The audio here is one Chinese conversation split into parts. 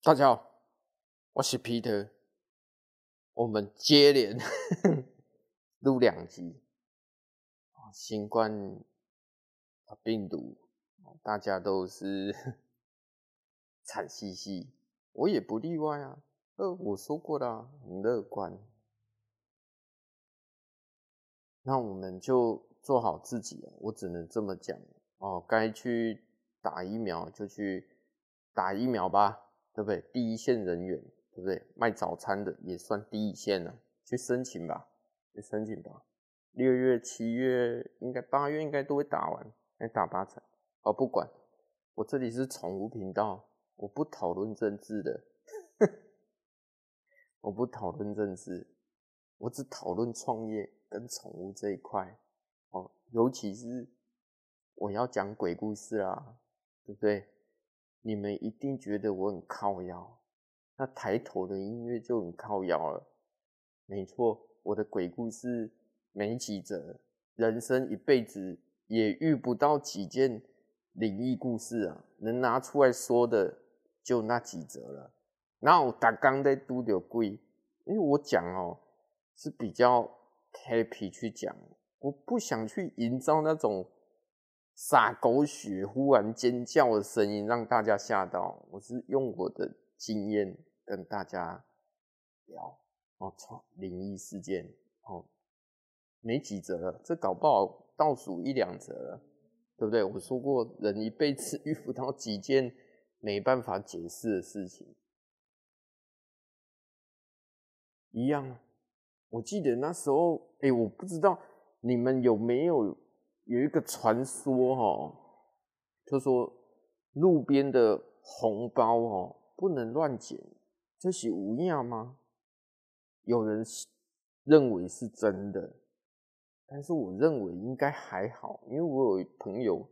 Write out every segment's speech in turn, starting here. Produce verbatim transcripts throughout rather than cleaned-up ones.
大家好，我是 Peter，我们接连录两集，新冠病毒，大家都是惨兮兮，我也不例外啊。呃，我说过啦，很乐观。那我们就做好自己，我只能这么讲哦。该去打疫苗就去打疫苗吧，对不对？第一线人员，对不对？卖早餐的也算第一线了，去申请吧，去申请吧。六月、七月，应该八月应该都会打完，来打八成。哦，不管，我这里是宠物频道，我不讨论政治的，我不讨论政治，我只讨论创业跟宠物这一块。哦，尤其是我要讲鬼故事啦，对不对？你们一定觉得我很靠腰，那抬头的音乐就很靠腰了。没错，我的鬼故事没几则，人生一辈子也遇不到几件灵异故事啊，能拿出来说的就那几则了。然后我刚刚在拄到鬼，因为我讲哦是比较 happy 去讲，我不想去营造那种洒狗血、忽然尖叫的声音让大家吓到。我是用我的经验跟大家聊哦，灵异事件哦，没几则了，这搞不好倒数一两则了，对不对？我说过，人一辈子遇不到几件没办法解释的事情，一样。我记得那时候，哎、欸，我不知道你们有没有有一个传说哦，就说路边的红包哦不能乱捡，这是有影吗？有人认为是真的，但是我认为应该还好，因为我有朋友，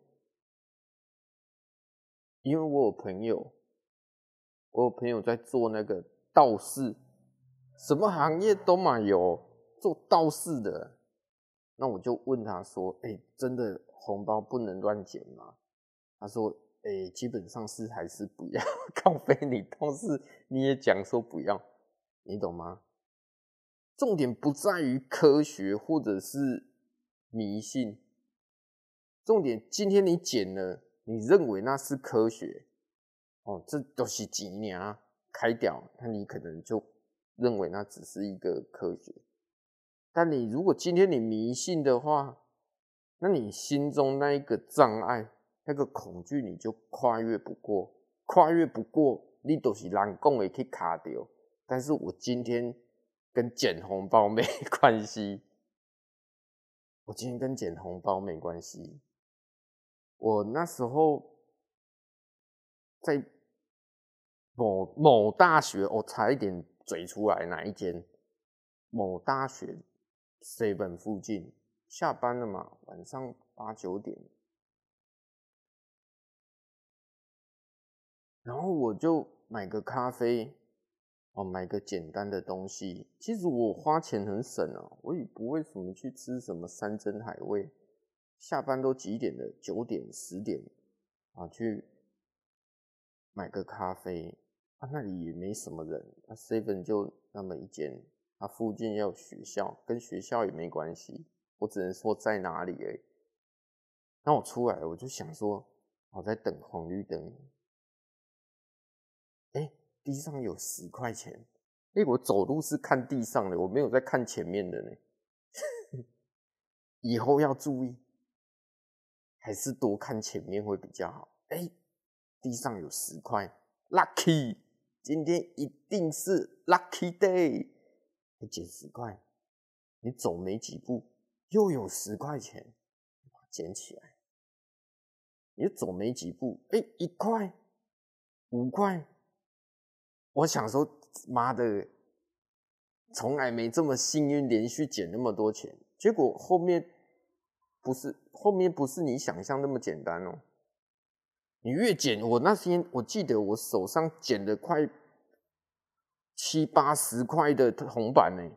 因为我有朋友，我有朋友在做那个道士，什么行业都嘛有做道士的。那我就问他说：“哎、欸，真的红包不能乱捡吗？”他说：“哎、欸，基本上是还是不要。”靠北，你倒是你也讲说不要，你懂吗？重点不在于科学或者是迷信，重点今天你捡了，你认为那是科学，哦，这都是钱啊，开掉，那你可能就认为那只是一个科学。但你如果今天你迷信的话，那你心中那一个障碍，那个恐惧你就跨越不过，跨越不过，你就是人讲的去卡掉。但是我今天跟捡红包没关系，我今天跟捡红包没关系。我那时候在某某大学，我差一点嘴出来哪一间？某大学 seven 附近，下班了嘛，晚上八九点，然后我就买个咖啡，哦，买个简单的东西。其实我花钱很省啊，我也不会什么去吃什么山珍海味。下班都几点了？九点、十点啊，去买个咖啡。啊，那里也没什么人，那 seven 就那么一间，它附近也有学校，跟学校也没关系，我只能说在哪里而已。那我出来，我就想说，我在等红绿灯，哎、欸，地上有十块钱，哎、欸，我走路是看地上的，我没有在看前面的呢。以后要注意，还是多看前面会比较好。哎、欸，地上有十块 ，lucky。今天一定是 lucky day， 你捡十块，你走没几步又有十块钱，捡起来。你走没几步，哎、欸，一块、五块，我想说，妈的，从来没这么幸运，连续捡那么多钱。结果后面不是后面不是你想象那么简单哦。你越捡，我那天我记得我手上捡了快七八十块的红板呢，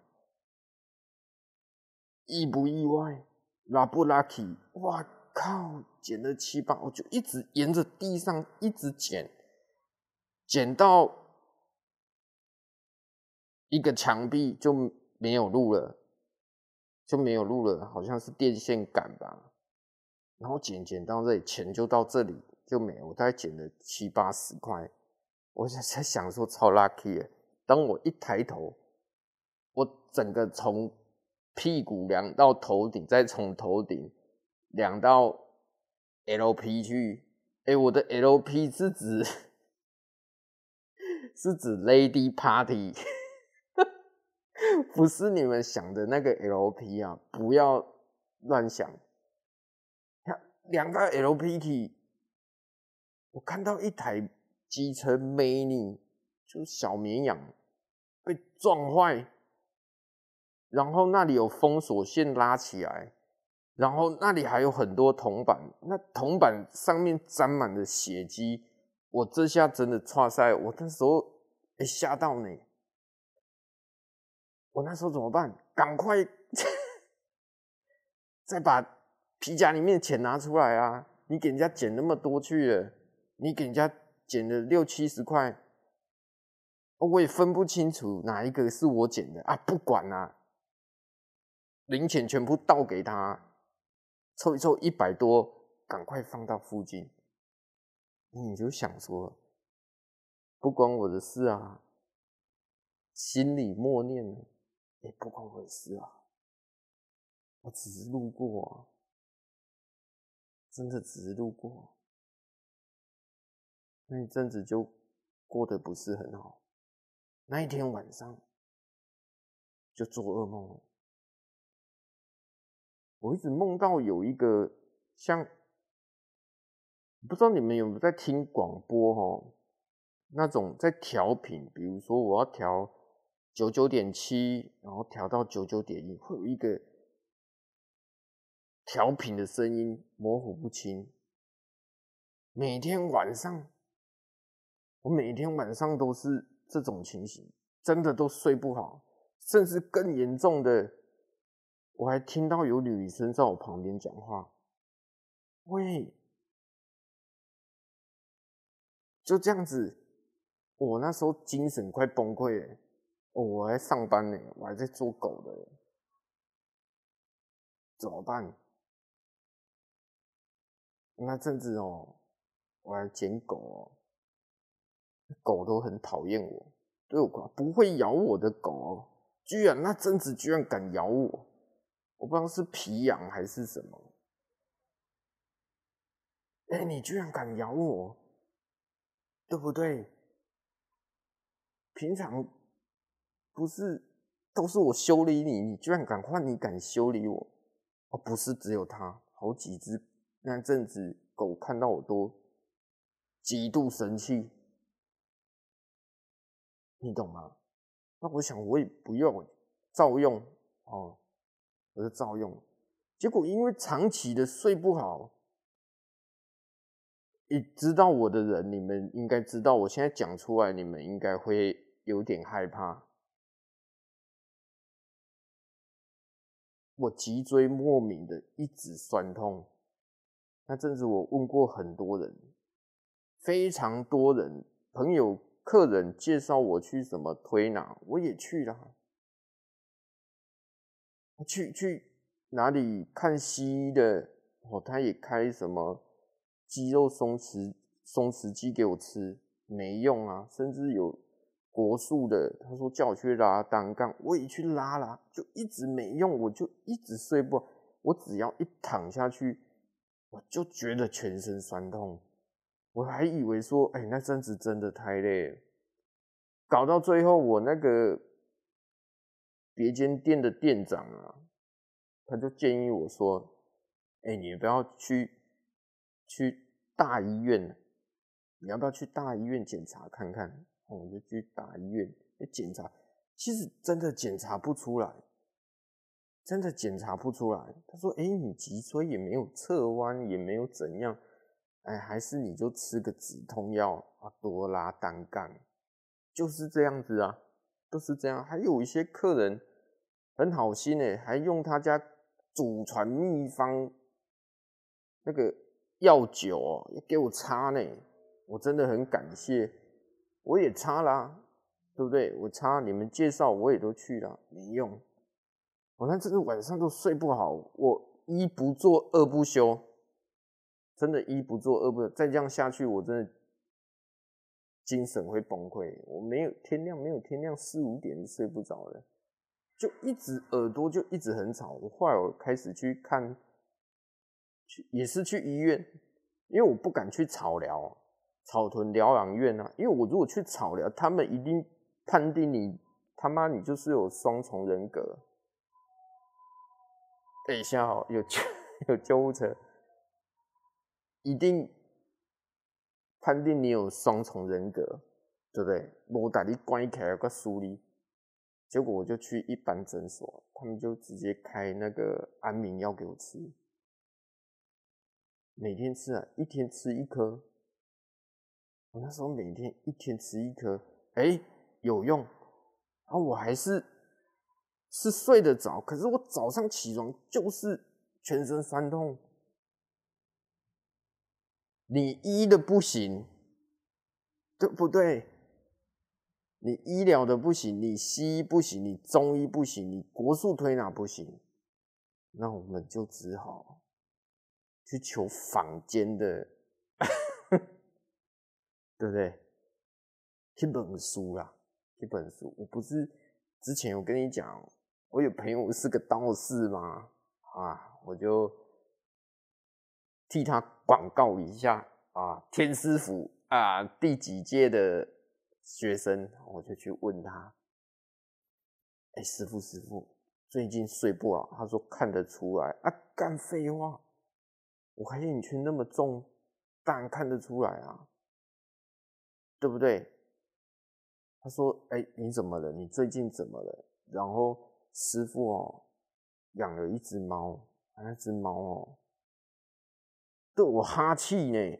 意不意外 ？lucky 不 lucky？ 哇靠，捡了七八，我就一直沿着地上一直捡，捡到一个墙壁就没有路了，就没有路了，好像是电线杆吧。然后剪剪到这里，钱就到这里就没了，我大概剪了七八十块。我在想说超 lucky 的，当我一抬头，我整个从屁股量到头顶，再从头顶量到 L P 去。欸，我的 L P 是指是指 Lady Party 不是你们想的那个 L P 啊，不要乱想。量到 L P 去，我看到一台机车 Mini 就是小绵羊被撞坏，然后那里有封锁线拉起来，然后那里还有很多铜板，那铜板上面沾满了血迹。我这下真的剉赛，我那时候欸吓到呢。我那时候怎么办？赶快再把皮夹里面的钱拿出来啊！你给人家捡那么多去了，你给人家捡了六七十块，我也分不清楚哪一个是我捡的啊！不管啊，零钱全部倒给他，凑一凑一百多，赶快放到附近。你就想说，不关我的事啊，心里默念了，也不关我的事啊，我只是路过啊，真的只是路过。那一阵子就过得不是很好，那一天晚上就做噩梦了。我一直梦到有一个像，不知道你们有没有在听广播齁，那种在调频，比如说我要调 九十九点七， 然后调到 九十九点一， 会有一个调频的声音模糊不清。每天晚上我每天晚上都是这种情形，真的都睡不好，甚至更严重的，我还听到有女生在我旁边讲话，喂，就这样子，我那时候精神快崩溃了，哦，我还上班呢，我还在做狗的，怎么办？那阵子哦，我还捡狗哦，狗都很讨厌我，对我不会咬我的狗哦，居然那阵子居然敢咬我，我不知道是皮痒还是什么。哎、欸，你居然敢咬我，对不对？平常不是都是我修理你，你居然敢换你敢修理我？哦，不是只有他，好几只那阵子狗看到我都极度生气，你懂吗？那我想我也不用照用哦，我就照用。结果因为长期的睡不好，你知道我的人，你们应该知道，我现在讲出来，你们应该会有点害怕。我脊椎莫名的一直酸痛，那阵子我问过很多人，非常多人，朋友、客人介绍我去什么推拿，我也去了。去去哪里看西医的哦，他也开什么肌肉松弛松弛剂给我吃，没用啊。甚至有国术的，他说叫我去拉单杠，我也去拉啦，就一直没用，我就一直睡不好。我只要一躺下去，我就觉得全身酸痛。我还以为说，哎、欸，那阵子真的太累了，搞到最后我那个别间店的店长啊，他就建议我说：“哎、欸，你不要去去大医院，你要不要去大医院检查看看？”哦，我就去大医院检查，其实真的检查不出来，真的检查不出来。他说：“哎、欸，你脊椎也没有侧弯，也没有怎样，哎、欸，还是你就吃个止痛药啊，多拉单杠，就是这样子啊，都是这样。”还有一些客人很好心诶，还用他家祖传秘方那个药酒哦，也给我擦呢，我真的很感谢，我也擦啦， 对不对？我查你们介绍我也都去了，没用。我那这个晚上都睡不好，我一不做二不休，真的，一不做二不休，再这样下去，我真的精神会崩溃。我没有天亮，没有天亮，四五点就睡不着了，就一直耳朵就一直很吵。我后来我开始去看，去也是去医院，因为我不敢去草疗、草屯疗养院啊，因为我如果去草疗，他们一定判定你他妈你就是有双重人格。等一下哦，有救有救护车，一定判定你有双重人格，对不对？无把你关起来个梳理，结果我就去一般诊所，他们就直接开那个安眠药给我吃，每天吃啊，一天吃一颗。我那时候每天一天吃一颗，哎，有用，然后我还是是睡得着，可是我早上起床就是全身酸痛。你医的不行，对不对？你医疗的不行，你西医不行，你中医不行，你国术推拿不行，那我们就只好去求坊间的，对不对？一本书啦，一本书。我不是之前有跟你讲，我有朋友是个道士吗？啊，我就替他广告一下啊，天师府啊，第几届的学生，我就去问他，哎、欸，师傅师傅，最近睡不好，他说看得出来啊，干废话，我黑眼圈那么重，当然看得出来啊，对不对？他说，哎、欸，你怎么了？你最近怎么了？然后师傅哦，养了一只猫，那只猫哦，对我哈气呢。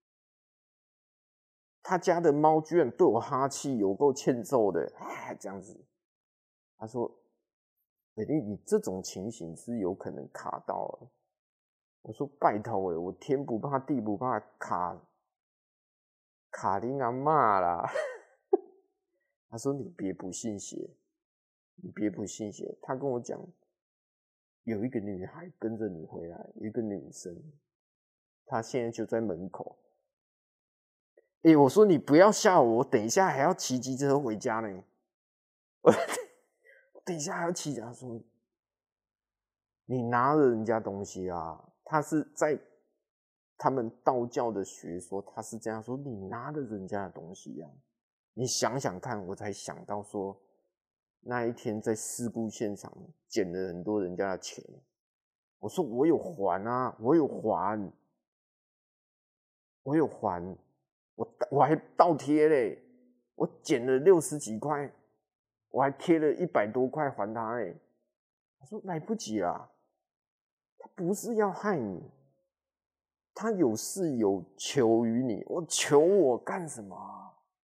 他家的猫居然对我哈气，有够欠揍的，啊，这样子。他说：美丽，你这种情形是有可能卡到了。我说：拜托，我天不怕地不怕，卡卡丁阿嬷啦。他说：你别不信邪，你别不信邪。他跟我讲，有一个女孩跟着你回来，有一个女生，她现在就在门口。哎、欸，我说你不要吓我，我等一下还要骑机车回家呢。我等一下还要骑，他说你拿了人家东西啊，他是在他们道教的学说，他是这样说，你拿了人家的东西啊，你想想看，我才想到说那一天在事故现场捡了很多人家的钱，我说我有还啊，我有还，我有还，我我还倒贴嘞，我捡了六十几块，我还贴了一百多块还他哎，他说来不及啦。他不是要害你，他有事有求于你。我求我干什么？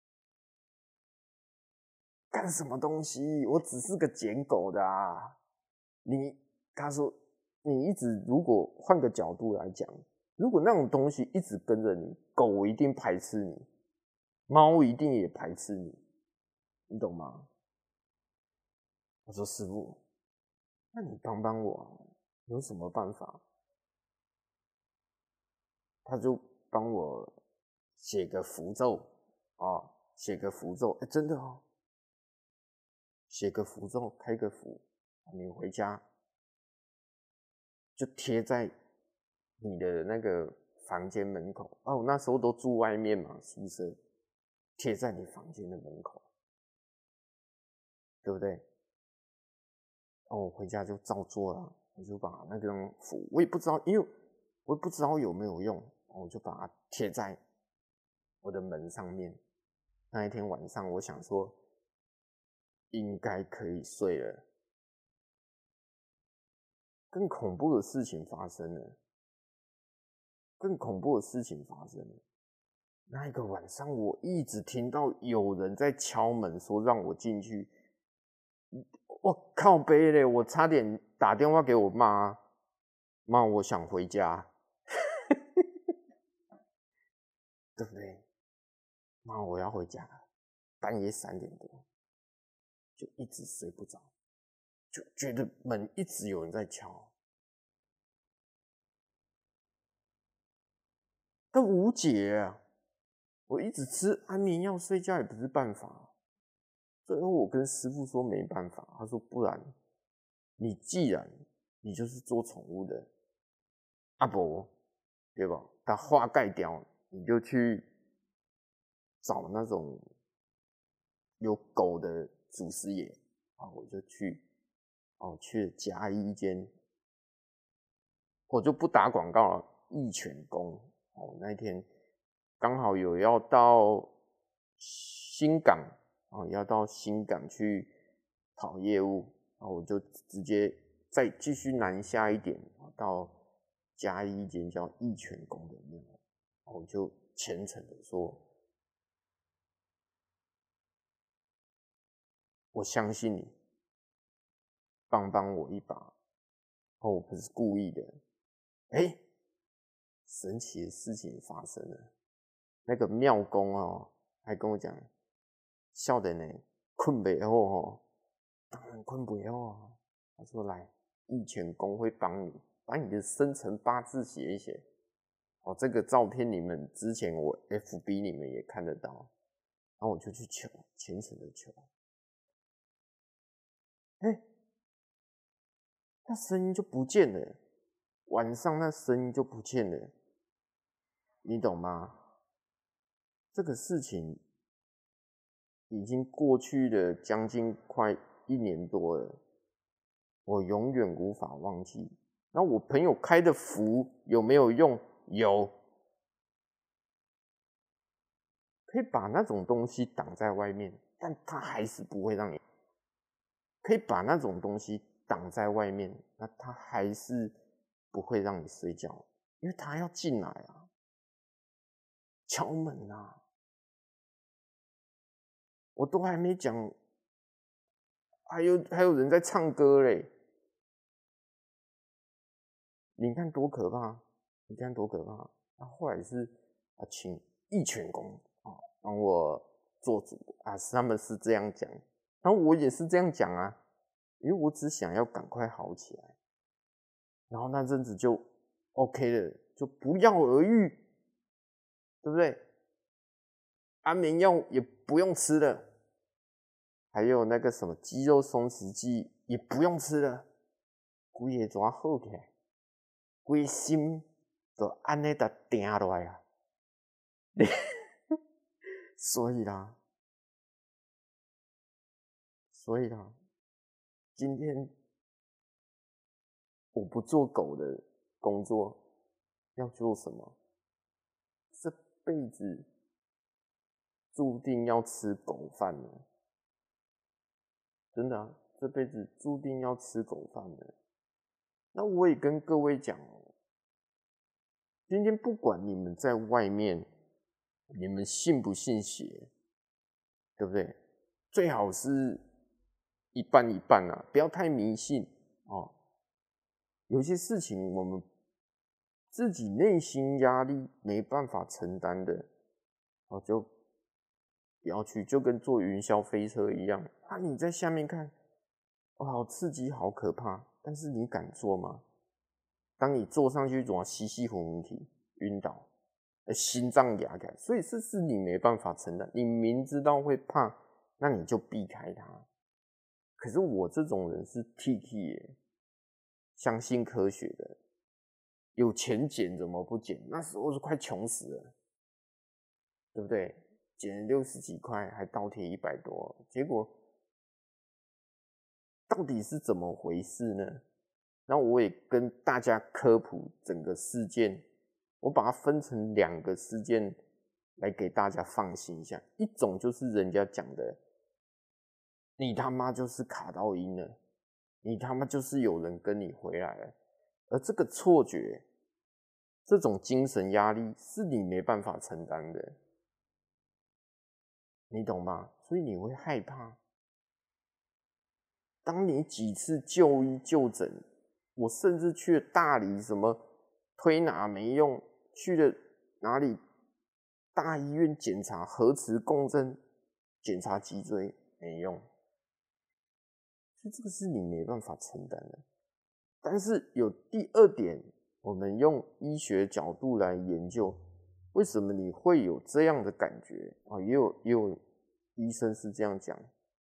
干什么东西？我只是个捡狗的啊！你，他说，你一直如果换个角度来讲，如果那种东西一直跟着你，狗一定排斥你，猫一定也排斥你，你懂吗？我说师父，那你帮帮我啊，有什么办法？他就帮我写个符咒啊，写个符咒，哎，真的哦，写个符咒，开个符，你回家就贴在你的那个房间门口。哦，我那时候都住外面嘛，宿舍，贴在你房间的门口，对不对？哦，我回家就照做了，我就把那张符，我也不知道，因为我也不知道有没有用，我就把它贴在我的门上面。那一天晚上，我想说应该可以睡了，更恐怖的事情发生了，更恐怖的事情发生了。那一个晚上，我一直听到有人在敲门，说让我进去。我靠背嘞，我差点打电话给我妈，妈，我想回家，对不对？妈，我要回家了。 半夜三点多，就一直睡不着，就觉得门一直有人在敲，但无解啊！我一直吃安眠药睡觉也不是办法。最后我跟师傅说没办法，他说不然你既然你就是做宠物的，啊不，对吧？它花盖掉，你就去找那种有狗的祖师爷啊，我就去哦去了嘉义一间，我就不打广告了，义犬宫哦，那一天刚好有要到新港哦，要到新港去跑业务，然后我就直接再继续南下一点，到嘉义一间叫义犬宫的庙，我就虔诚的说，我相信你，帮帮我一把，哦，我不是故意的，哎，神奇的事情发生了，那个庙公哦，还跟我讲，少年呢困不好哦，当然困不好啊。他说来，义犬宫会帮你把你的生辰八字写一写。哦，这个照片你们之前我 F B 你们也看得到，然后我就去求，虔诚的求，哎、欸，那声音就不见了，晚上那声音就不见了，你懂吗？这个事情已经过去了将近快一年多了，我永远无法忘记。然后我朋友开的符有没有用？有，可以把那种东西挡在外面，但它还是不会让你。可以把那种东西挡在外面，那它还是不会让你睡觉，因为它要进来啊，敲门啊。我都还没讲，还有还有人在唱歌嘞，你看多可怕！你看多可怕！啊，后来是啊，请义犬公啊帮我做主啊，是他们是这样讲，然后我也是这样讲啊，因为我只想要赶快好起来，然后那阵子就 OK 了，就不药而愈，对不对？安眠药也不用吃了，还有那个什么肌肉松弛剂也不用吃了，规个抓好起来，规心就安尼的定落来啊！所以啦，所以啦，今天我不做狗的工作，要做什么？这辈子注定要吃狗饭了，真的啊，这辈子注定要吃狗饭了。那我也跟各位讲哦，今天不管你们在外面，你们信不信邪，对不对？最好是一半一半啊，不要太迷信哦。有些事情我们自己内心压力没办法承担的，哦，就不要去，就跟坐云霄飞车一样啊！你在下面看，哇，好刺激，好可怕，但是你敢做吗？当你坐上去，怎么稀稀糊糊体晕倒，心脏压开，所以这是你没办法承担。你明知道会怕，那你就避开它。可是我这种人是 T T 耶，相信科学的，有钱捡怎么不捡？那时候是快穷死了，对不对？捡六十几块，还倒贴一百多，结果到底是怎么回事呢？然后我也跟大家科普整个事件，我把它分成两个事件来给大家放心一下。一种就是人家讲的，你他妈就是卡到阴了，你他妈就是有人跟你回来了，而这个错觉，这种精神压力是你没办法承担的，你懂吗？所以你会害怕。当你几次就医就诊，我甚至去了大理，什么推拿没用，去了哪里大医院检查核磁共振， 检查脊椎没用，所以这个是你没办法承担的。但是有第二点，我们用医学角度来研究，为什么你会有这样的感觉啊？也有也有医生是这样讲，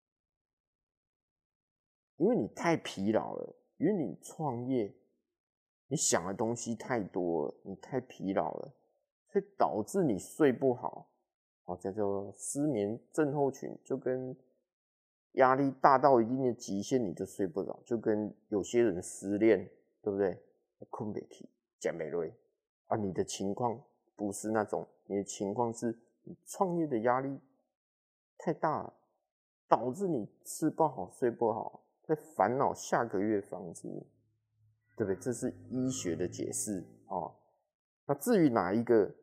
因为你太疲劳了，因为你创业，你想的东西太多了，你太疲劳了，所以导致你睡不好，哦，叫做失眠症候群，就跟压力大到一定的极限你就睡不着，就跟有些人失恋，对不对？困不起，讲没累啊，你的情况不是那种，你的情况是你创业的压力太大了，导致你吃不好睡不好，在烦恼下个月房租，对不对？这是医学的解释哦。那至于哪一个，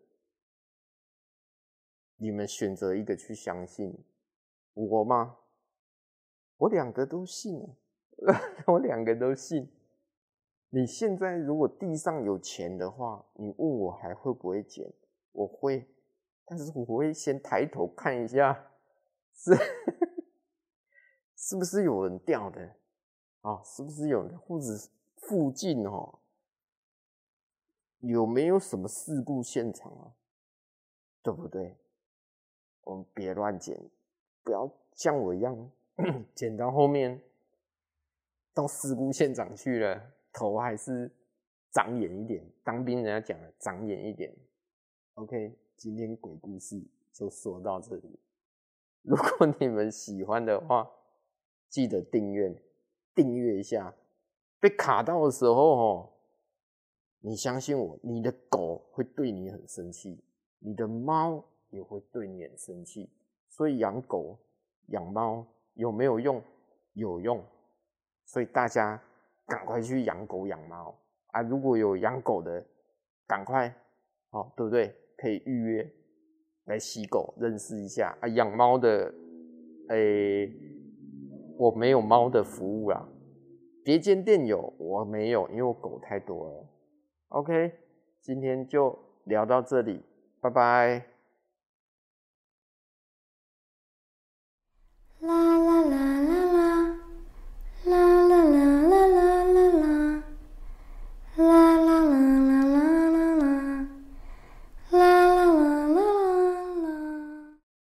你们选择一个去相信，我吗？我两个都信啊，我两个都信。你现在如果地上有钱的话，你问我还会不会捡？我会，但是我会先抬头看一下，是是不是有人掉的啊？是不是有人，或者附近哦有没有什么事故现场啊？对不对？我们别乱捡，不要像我一样捡到后面到事故现场去了，头还是长眼一点。当兵人家讲的长眼一点。OK， 今天鬼故事就说到这里。如果你们喜欢的话，记得订阅，订阅一下。被卡到的时候哦，你相信我，你的狗会对你很生气，你的猫也会对你很生气。所以养狗、养猫有没有用？有用。所以大家赶快去养狗养猫啊！如果有养狗的，赶快哦，对不对？可以预约来洗狗，认识一下啊。养猫的，诶，我没有猫的服务啦，别间店有，我没有，因为我狗太多了。OK， 今天就聊到这里，拜拜。